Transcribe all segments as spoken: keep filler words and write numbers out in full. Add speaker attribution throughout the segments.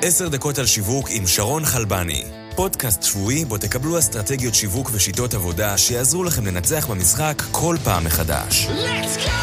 Speaker 1: עשר דקות על שיווק עם שרון חלבני. פודקאסט שבועי בו תקבלו אסטרטגיות שיווק ושיטות עבודה שיעזרו לכם לנצח במשחק כל פעם מחדש. Let's go!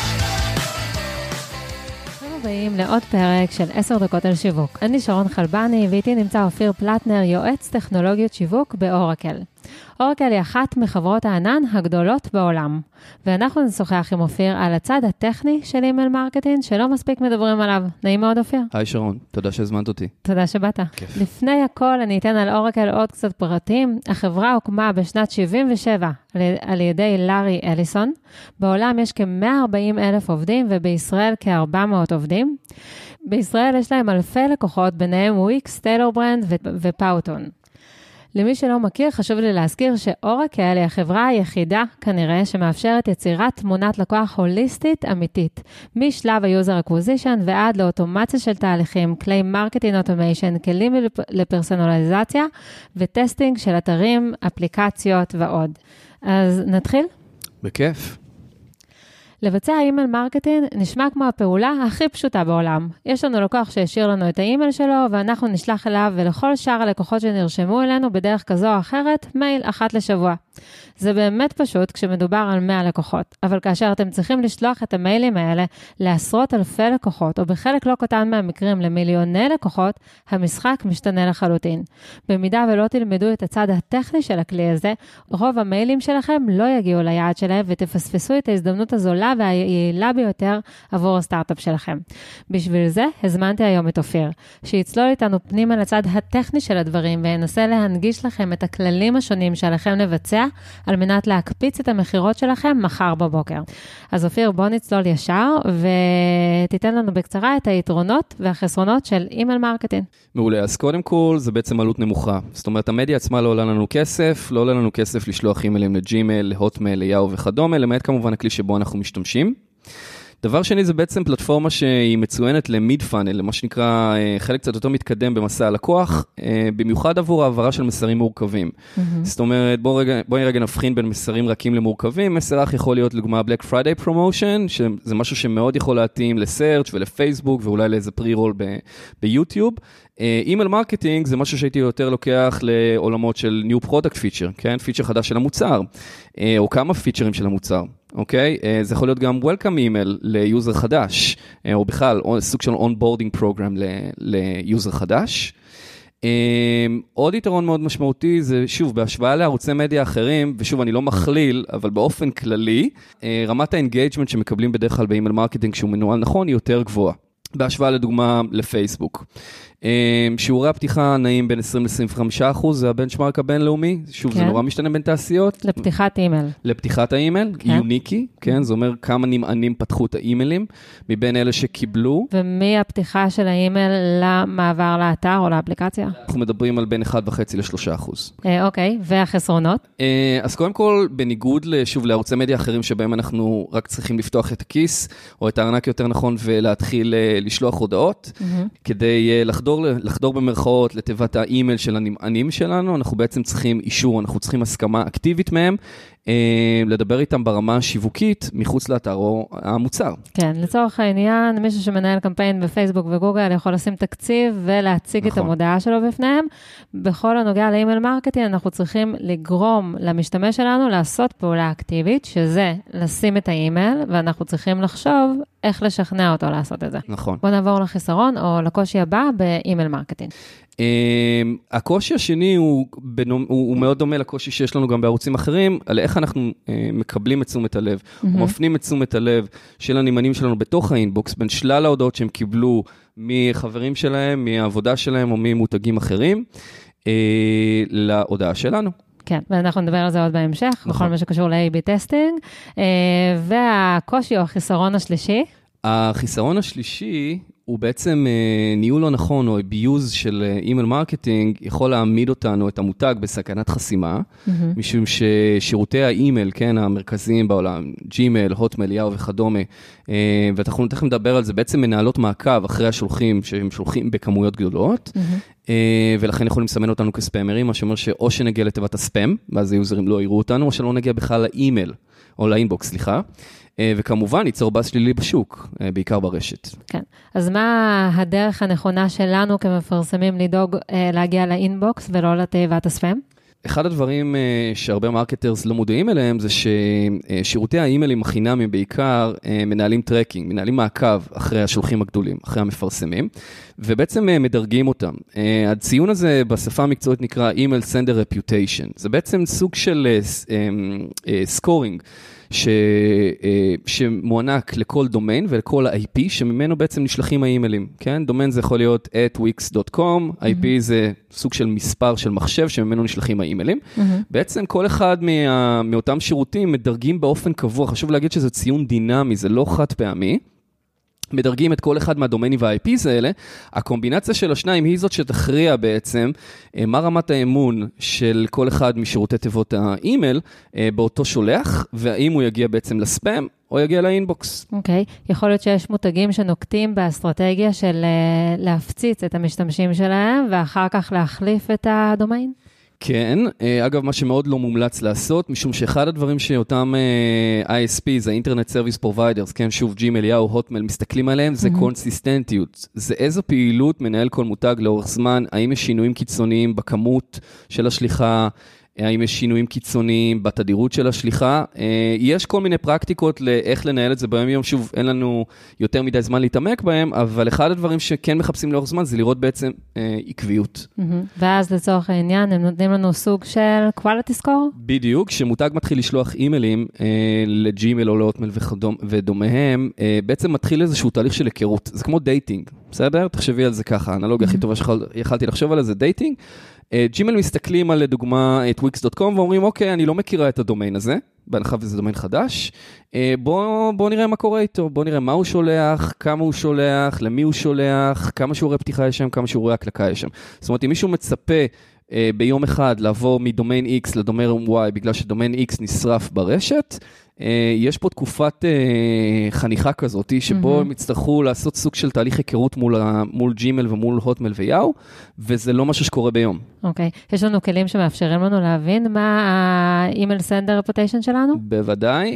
Speaker 2: הבאים לעוד פרק של עשר דקות על שיווק. אני שרון חלבני ואיתי נמצא אופיר פלטנר, יועץ טכנולוגיות שיווק באורקל. אורקל היא אחת מחברות הענן הגדולות בעולם, ואנחנו נשוחח עם אופיר על הצד הטכני של אימייל מרקטינג שלא מספיק מדברים עליו. נעים מאוד אופיר.
Speaker 3: היי שרון, תודה שהזמנת אותי.
Speaker 2: תודה שבאת. כיף. לפני הכל אני אתן על אורקל עוד קצת פרטים. החברה הוקמה בשנת שבעים ושבע על ידי לארי אליסון. בעולם יש כ-מאה וארבעים אלף עובדים ובישראל כ-ארבע מאות עובדים. בישראל יש להם אלפי לקוחות, ביניהם וויקס, טיילור ברנד ופאוטון. למי שלא מכיר, חשוב לי להזכיר שאורקל היא החברה היחידה, כנראה, שמאפשרת יצירת תמונת לקוח הוליסטית אמיתית, משלב ה-user acquisition ועד לאוטומציה של תהליכים, כלי מרקטינג אוטומיישן, כלים לפרסונליזציה וטסטינג של אתרים, אפליקציות ועוד. אז נתחיל?
Speaker 3: בכיף.
Speaker 2: לבצע אימייל מרקטינג נשמע כמו הפעולה הכי פשוטה בעולם. יש לנו לקוח שהשאיר לנו את האימייל שלו, ואנחנו נשלח אליו ולכל שאר הלקוחות שנרשמו אלינו בדרך כזו או אחרת, מייל אחת לשבוע. זה באמת פשוט כשמדובר על מאה לקוחות, אבל כאשר אתם צריכים לשלוח את המיילים האלה לעשרות אלפי לקוחות, או בחלק לא קטן מהמקרים למיליוני לקוחות, המשחק משתנה לחלוטין. במידה ולא תלמדו את הצד הטכני של הכלי הזה, רוב המיילים שלכם לא יגיעו ליעד שלהם, ותפספסו את ההזדמנות הזולה והיעילה ביותר עבור הסטארט-אפ שלכם. בשביל זה הזמנתי היום את אופיר, שיצלול איתנו פנימה לצד הטכני של הדברים, וינסה להנגיש לכם את הכללים השונים שעליכם לבצע, על מנת להקפיץ את המחירות שלכם מחר בבוקר. אז אופיר, בוא נצלול ישר, ותיתן לנו בקצרה את היתרונות והחסרונות של אימייל מרקטינג.
Speaker 3: מעולה, אז קודם כל זה בעצם עלות נמוכה. זאת אומרת, המדיה עצמה לא עולה לנו כסף, לא עולה לנו כסף לשלוח אימיילים לג'ימייל, להוטמייל, ליאו וכדומה, למעט כמובן הכלי שבו אנחנו משתמשים. דבר שני, זה בעצם פלטפורמה שהיא מצוינת למיד פאנל, למה שנקרא חלק קצת יותר מתקדם במסע הלקוח, במיוחד עבור העברה של מסרים מורכבים. Mm-hmm. זאת אומרת, בואו רגע, בוא רגע נבחין בין מסרים רכים למורכבים. מסר רך יכול להיות לדוגמה Black Friday Promotion, שזה משהו שמאוד יכול להתאים לסרצ' ולפייסבוק, ואולי לאיזה פרי-רול ב- ביוטיוב. אימייל מרקטינג זה משהו שהייתי יותר לוקח לעולמות של New Product Feature, כן? פיצ'ר חדש של המוצר, או כמה פיצ'רים של המוצר. אוקיי? זה יכול להיות גם Welcome Email ליוזר חדש, או בכלל סוג של Onboarding Program ליוזר חדש. עוד יתרון מאוד משמעותי זה, שוב, בהשוואה לערוצי מדיה אחרים, ושוב, אני לא מכליל, אבל באופן כללי, רמת האנגייג'מנט שמקבלים בדרך כלל באימייל מרקטינג שהוא מנוהל נכון, היא יותר גבוהה. בהשוואה לדוגמה לפייסבוק. שיעורי הפתיחה נעים בין עשרים עד עשרים וחמישה אחוז, זה הבנצ'מרק הבינלאומי, שוב, זה נורא משתנה בין תעשיות.
Speaker 2: לפתיחת אימייל.
Speaker 3: לפתיחת האימייל, יוניקי, כן, זה אומר כמה נמענים פתחו את האימיילים, מבין אלה שקיבלו. ומי
Speaker 2: הפתיחה של האימייל למעבר לאתר או לאפליקציה?
Speaker 3: אנחנו מדברים על בין אחד וחצי לשלושה אחוז.
Speaker 2: אוקיי, והחסרונות?
Speaker 3: אז קודם כל, בניגוד שוב לערוצי מדיה אחרים שבהם אנחנו רק צריכים לפתוח את הכיס, או את הארנק יותר נכון, ולהתחיל לשלוח הודעות, כדי לחדור לחדור במרכאות לתיבת האימייל של הנמענים שלנו, אנחנו בעצם צריכים אישור, אנחנו צריכים הסכמה אקטיבית מהם, לדבר איתם ברמה השיווקית מחוץ לאתר או המוצר.
Speaker 2: כן, לצורך העניין, מישהו שמנהל קמפיין בפייסבוק וגוגל יכול לשים תקציב ולהציג נכון. את המודעה שלו בפניהם. בכל הנוגע לאימייל מרקטינג, אנחנו צריכים לגרום למשתמש שלנו לעשות פעולה אקטיבית, שזה לשים את האימייל, ואנחנו צריכים לחשוב איך לשכנע אותו לעשות את זה.
Speaker 3: נכון.
Speaker 2: בוא נעבור לחיסרון או לקושי הבא באימייל מרקטינג.
Speaker 3: הקושי השני הוא, הוא מאוד דומה לקושי שיש לנו גם בערוצים אחרים, על איך אנחנו מקבלים את תשומת הלב, או מפנים את תשומת הלב של הנמענים שלנו בתוך האינבוקס, בין שלל ההודעות שהם קיבלו מחברים שלהם, מהעבודה שלהם או ממותגים אחרים, להודעה שלנו.
Speaker 2: כן, ואנחנו נדבר על זה עוד בהמשך, נכון. בכל מה שקשור ל-איי בי טסטינג, והקושי או החיסרון השלישי?
Speaker 3: החיסרון השלישי הוא בעצם ניהול לא נכון, או אביוז של אימייל מרקטינג, יכול להעמיד אותנו, את המותג, בסכנת חסימה, mm-hmm. משום ששירותי האימייל, כן, המרכזיים בעולם, ג'ימייל, הוטמייל, יאו וכדומה, ואנחנו תכף נדבר על זה, בעצם מנהלות מעקב אחרי השולחים, שהם שולחים בכמויות גדולות, mm-hmm. ולכן יכולים לסמן אותנו כספאמרים, מה שאומר שאו שנגיע לתיבת הספאם, ואז היוזרים לא יראו אותנו, או שלא נגיע בכלל לאימייל, או לאינבוקס, סליחה. וכמובן ייצור באז שלילי בשוק, בעיקר ברשת.
Speaker 2: כן, אז מה הדרך הנכונה שלנו כמפרסמים לדאוג להגיע לאינבוקס ולא לתיבת הספאם?
Speaker 3: אחד הדברים שהרבה מרקטרס לא מודעים אליהם, זה ששירותי האימיילים החינמיים בעיקר מנהלים טרקינג, מנהלים מעקב אחרי השולחים הגדולים, אחרי המפרסמים, ובעצם מדרגים אותם. הציון הזה בשפה המקצועית נקרא Email Sender Reputation. זה בעצם סוג של סקורינג, ש, שמוענק לכל דומיין ולכל ה-איי פי, שממנו בעצם נשלחים האימיילים, כן? דומיין זה יכול להיות at wix dot com, איי פי זה סוג של מספר של מחשב, שממנו נשלחים האימיילים. בעצם כל אחד מה, מאותם שירותים מדרגים באופן קבוע, חשוב להגיד שזה ציון דינמי, זה לא חד פעמי, מדרגים את כל אחד מהדומיינים וה-איי פי'ס האלה, הקומבינציה של השניים היא זאת שתכריע בעצם מה רמת האמון של כל אחד משירותי תיבות האימייל באותו שולח, והאם הוא יגיע בעצם לספאם או יגיע לאינבוקס.
Speaker 2: אוקיי, יכול להיות שיש מותגים שנוקטים באסטרטגיה של להפציץ את המשתמשים שלהם, ואחר כך להחליף את הדומיין?
Speaker 3: כן, אגב, מה שמאוד לא מומלץ לעשות, משום שאחד הדברים שאותם איי אס פי'ס, ה-Internet Service Providers, כן, שוב, ג'ימייל, יאו, הוטמייל, מסתכלים עליהם, זה קונסיסטנטיות. זה איזו פעילות מנהל כל מותג לאורך זמן, האם יש שינויים קיצוניים בכמות של השליחה, האם יש שינויים קיצוניים בתדירות של השליחה, יש כל מיני פרקטיקות לאיך לנהל את זה ביום יום, שוב, אין לנו יותר מדי זמן להתעמק בהם, אבל אחד הדברים שכן מחפשים לאורך זמן, זה לראות בעצם עקביות.
Speaker 2: ואז לצורך העניין, הם נותנים לנו סוג של quality score?
Speaker 3: בדיוק, כשמותג מתחיל לשלוח אימיילים לג'ימייל או להוטמייל ודומיהם, בעצם מתחיל איזשהו תהליך של היכרות, זה כמו דייטינג, בסדר? תחשבי על זה ככה, האנלוגיה הכי טובה שיכלתי לחשוב עליה זה דייטינג, ג'ימייל מסתכלים על לדוגמה את wix dot com ואומרים, אוקיי, אני לא מכירה את הדומיין הזה, בהנחה וזה דומיין חדש, בוא, בוא נראה מה קורה איתו, בוא נראה מה הוא שולח, כמה הוא שולח, למי הוא שולח, כמה שיעורי פתיחה יש שם, כמה שיעורי הקלקה יש שם. זאת אומרת, אם מישהו מצפה ביום אחד לעבור מדומיין X לדומיין Y, בגלל שדומיין X נשרף ברשת, יש פה תקופת חניכה כזאת, שבו הם יצטרכו לעשות סוג של תהליך היכרות מול, מול ג'ימייל ומול הוטמייל ויאו, וזה לא משהו שקורה ביום.
Speaker 2: אוקיי. יש לנו כלים שמאפשרים לנו להבין מה ה-Email Sender Reputation שלנו?
Speaker 3: בוודאי.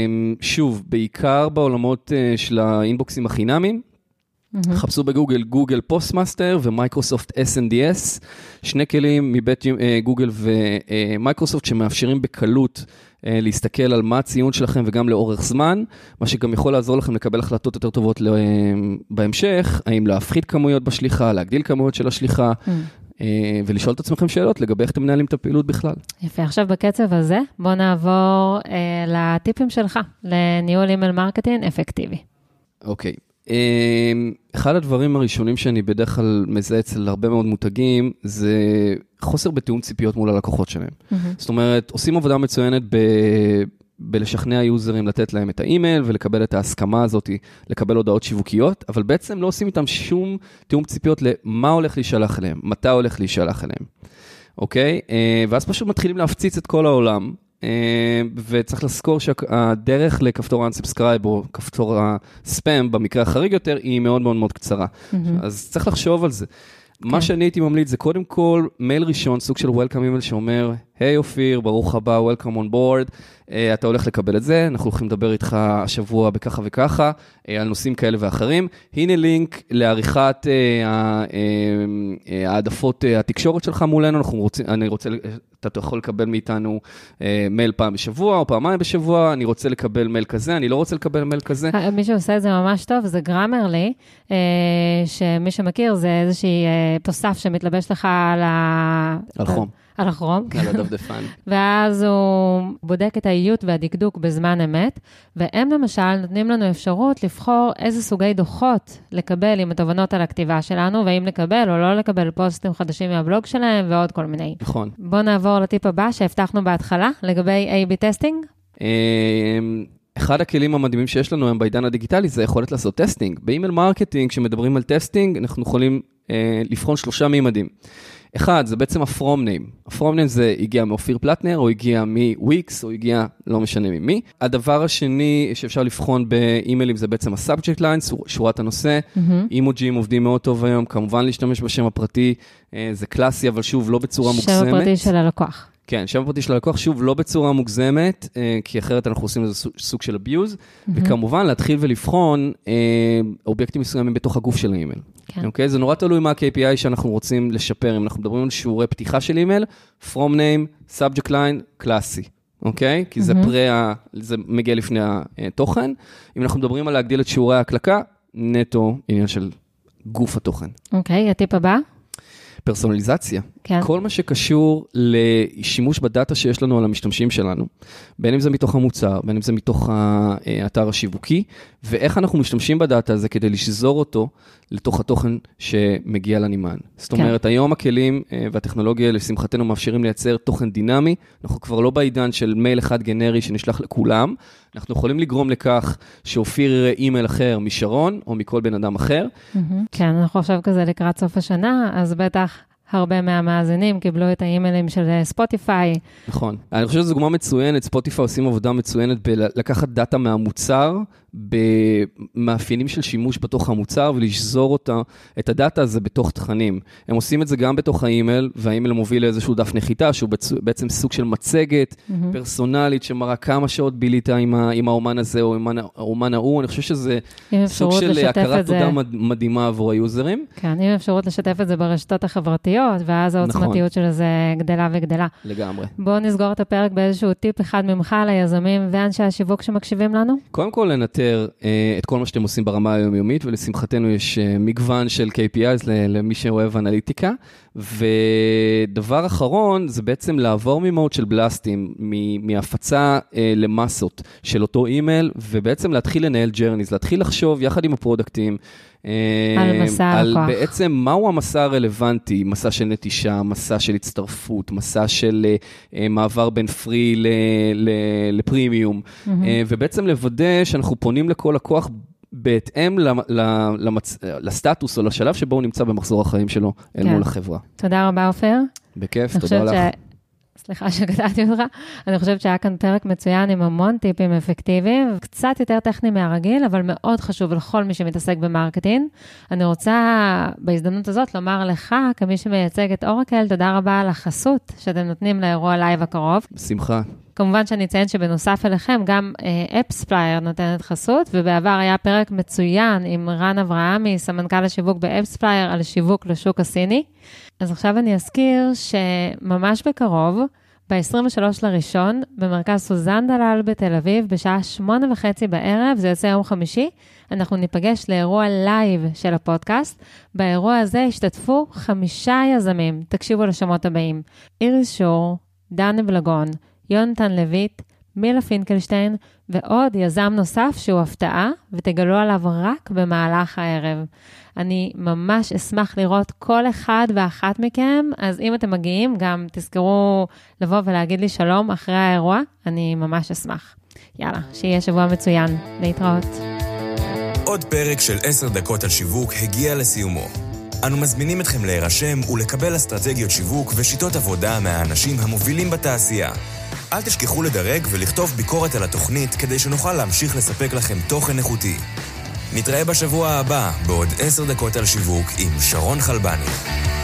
Speaker 3: שוב, בעיקר בעולמות של האינבוקסים החינמיים, חפשו בגוגל, גוגל פוסטמאסטר ומייקרוסופט אס אן די אס, שני כלים מבית גוגל ומייקרוסופט שמאפשרים בקלות להסתכל על מה הציון שלכם וגם לאורך זמן, מה שגם יכול לעזור לכם לקבל החלטות יותר טובות בהמשך, האם להפחית כמויות בשליחה, להגדיל כמויות של השליחה, ולשאול את עצמכם שאלות לגבי איך אתם מנהלים את הפעילות בכלל.
Speaker 2: יפה, עכשיו בקצב הזה, בוא נעבור לטיפים שלך, לניהול אימייל מרקטינג אפקטיבי.
Speaker 3: אוקיי. אחד הדברים הראשונים שאני בדרך כלל מזהה אצל הרבה מאוד מותגים, זה חוסר בתיאום ציפיות מול הלקוחות שלהם. זאת אומרת, עושים עבודה מצוינת ב... בלשכנע היוזרים לתת להם את האימייל, ולקבל את ההסכמה הזאת, לקבל הודעות שיווקיות, אבל בעצם לא עושים איתם שום תיאום ציפיות למה הולך להישלח אליהם, מתי הולך להישלח אליהם. אוקיי? ואז פשוט מתחילים להפציץ את כל העולם, וצריך לזכור שהדרך לכפתור unsubscribe או כפתור הספאם במקרה החריג יותר היא מאוד מאוד מאוד קצרה. אז צריך לחשוב על זה. מה שאני הייתי ממליץ זה קודם כל מייל ראשון, סוג של Welcome email שאומר, היי אופיר, ברוך הבא, Welcome on board, אתה הולך לקבל את זה, אנחנו הולכים לדבר איתך השבוע בככה וככה, על נושאים כאלה ואחרים. הנה לינק לעריכת העדפות התקשורת שלך מולנו, אנחנו רוצים, אני רוצה, אתה יכול לקבל מאיתנו מייל פעם בשבוע או פעמיים בשבוע, אני רוצה לקבל מייל כזה, אני לא רוצה לקבל מייל כזה.
Speaker 2: מי שעושה את זה ממש טוב, זה גרמרלי, שמי שמכיר זה איזושהי תוסף שמתלבש לך על ה...
Speaker 3: על חום.
Speaker 2: על החרום.
Speaker 3: על הדפדפן.
Speaker 2: ואז הוא בודק את האיות והדקדוק בזמן אמת, והם למשל נותנים לנו אפשרות לבחור איזה סוגי דוחות לקבל עם התובנות על הכתיבה שלנו, ואם לקבל או לא לקבל פוסטים חדשים מהבלוג שלהם, ועוד כל מיני.
Speaker 3: נכון.
Speaker 2: בואו נעבור לטיפ הבא שהבטחנו בהתחלה, לגבי איי בי טסטינג.
Speaker 3: אחד הכלים המדהימים שיש לנו היום בעידן הדיגיטלי, זה יכולת לעשות טסטינג. באימייל מרקטינג, כשמדברים על טסטינג, אנחנו יכולים לבחון שלושה מימדים. אחד, זה בעצם ה-from name. ה-from name זה הגיע מאופיר פלטנר, או הגיע מ-Wix, או הגיע, לא משנה ממי. הדבר השני שאפשר לבחון באימיילים, זה בעצם ה-subject line, שורת הנושא. אימוג'ים עובדים מאוד טוב היום, כמובן להשתמש בשם הפרטי, זה קלאסי, אבל שוב, לא בצורה מוגזמת.
Speaker 2: שם הפרטי של הלקוח.
Speaker 3: כן, שם הפרטי של הלקוח, שוב, לא בצורה מוגזמת, כי אחרת אנחנו עושים איזה סוג של אביוז, וכמובן להתחיל ולבחון אובייקטים מסוימים בתוך הגוף של האימייל. אוקיי? זה נורא תלוי מה ה-קיי פי איי שאנחנו רוצים לשפר, אם אנחנו מדברים על שיעורי פתיחה של אימייל, from name, subject line, קלאסי. אוקיי? כי זה פרה, זה מגיע לפני התוכן. אם אנחנו מדברים על להגדיל את שיעורי ההקלקה, נטו עניין של גוף התוכן.
Speaker 2: אוקיי, הטיפ הבא?
Speaker 3: פרסונליזציה. כן. כל מה שקשור לשימוש בדאטה שיש לנו על המשתמשים שלנו, בין אם זה מתוך המוצר, בין אם זה מתוך האתר השיווקי, ואיך אנחנו משתמשים בדאטה הזה כדי לשזור אותו לתוך התוכן שמגיע לנמען. זאת אומרת, כן. היום הכלים והטכנולוגיה לשמחתנו מאפשרים לייצר תוכן דינמי, אנחנו כבר לא בעידן של מייל אחד גנרי שנשלח לכולם, אנחנו יכולים לגרום לכך שאופיר יראה אימייל אחר משרון, או מכל בן אדם אחר.
Speaker 2: כן, אנחנו חושב כזה לקראת סוף השנה, אז בטח הרבה מהמאזינים קיבלו את האימיילים של ספוטיפיי.
Speaker 3: נכון. אני חושב שזו דוגמה מצוינת, ספוטיפיי עושים עבודה מצוינת בלקחת דאטה מהמוצר, במאפיינים של שימוש בתוך המוצר, ולשזור אותה, את הדאטה הזה בתוך תכנים. הם עושים את זה גם בתוך האימייל, והאימייל מוביל לאיזשהו דף נחיתה, שהוא בעצם סוג של מצגת mm-hmm. פרסונלית, שמראה כמה שעות בילית עם, עם האומן הזה, או עם האומן ההוא. אני חושב שזה סוג של הכרת תודה מדהימה עבור היוזרים.
Speaker 2: כן, עם אפשרות לשתף את זה ברשתות החברתיות, ואז העוצמתיות של זה גדלה וגדלה.
Speaker 3: לגמרי.
Speaker 2: בואו נסגור את הפרק באיזשהו טיפ אחד ממך ליזמים ואנשי השיווק שמקשיבים לנו.
Speaker 3: קודם כל, לנטר את כל מה שאתם עושים ברמה היומיומית, ולשמחתנו יש מגוון של קיי פי איז למי שאוהב אנליטיקה, ודבר אחרון זה בעצם לעבור ממוד של בלסטים, מהפצה למסות של אותו אימייל, ובעצם להתחיל לנהל ג'רניז, להתחיל לחשוב יחד עם הפרודקטים,
Speaker 2: על מסע
Speaker 3: על
Speaker 2: הכוח.
Speaker 3: בעצם מהו המסע הרלוונטי, מסע של נטישה, מסע של הצטרפות, מסע של מעבר בין פרי לפרימיום, ובעצם לוודא שאנחנו פונים לכל לקוח בהתאם למצ... לסטטוס או לשלב שבו הוא נמצא במחזור החיים שלו אל
Speaker 2: כן.
Speaker 3: מול החברה.
Speaker 2: תודה רבה, אופיר.
Speaker 3: בכיף, תודה לך. ש...
Speaker 2: סליחה שקטעתי אותך, אני חושבת שהיה כאן פרק מצוין עם המון טיפים אפקטיביים, קצת יותר טכני מהרגיל, אבל מאוד חשוב לכל מי שמתעסק במרקטינג. אני רוצה בהזדמנות הזאת לומר לך, כמי שמייצג את אורקל, תודה רבה על החסות שאתם נותנים לאירוע לייב הקרוב.
Speaker 3: בשמחה.
Speaker 2: כמובן שאני אציין שבנוסף אליכם, גם אפספלייר נותנת חסות, ובעבר היה פרק מצוין עם רן אברהמי, סמנכ"ל השיווק באפספלייר, על שיווק לשוק הסיני. אז עכשיו אני אזכיר שממש בקרוב, ב-עשרים ושלושה לראשון, במרכז סוזן דלל בתל אביב, בשעה שמונה וחצי בערב, זה יוצא יום חמישי, אנחנו ניפגש לאירוע לייב של הפודקאסט. באירוע הזה השתתפו חמישה יזמים, תקשיבו לשמות הבאים, איריס שור, דני בלגון, יונתן לויט, מילה פינקלשטיין, ועוד יזם נוסף שהוא הפתעה, ותגלו עליו רק במהלך הערב. אני ממש אשמח לראות כל אחד ואחת מכם, אז אם אתם מגיעים, גם תזכרו לבוא ולהגיד לי שלום אחרי האירוע, אני ממש אשמח. יאללה, שיהיה שבוע מצוין. להתראות.
Speaker 1: עוד פרק של עשר דקות על שיווק הגיע לסיומו. אנו מזמינים אתכם להירשם ולקבל אסטרטגיות שיווק ושיטות עבודה מהאנשים המובילים בתעשייה. אל תשכחו לדרג ולכתוב ביקורת על התוכנית כדי שנוכל להמשיך לספק לכם תוכן איכותי. נתראה בשבוע הבא בעוד עשר דקות על שיווק עם שרון חלבני.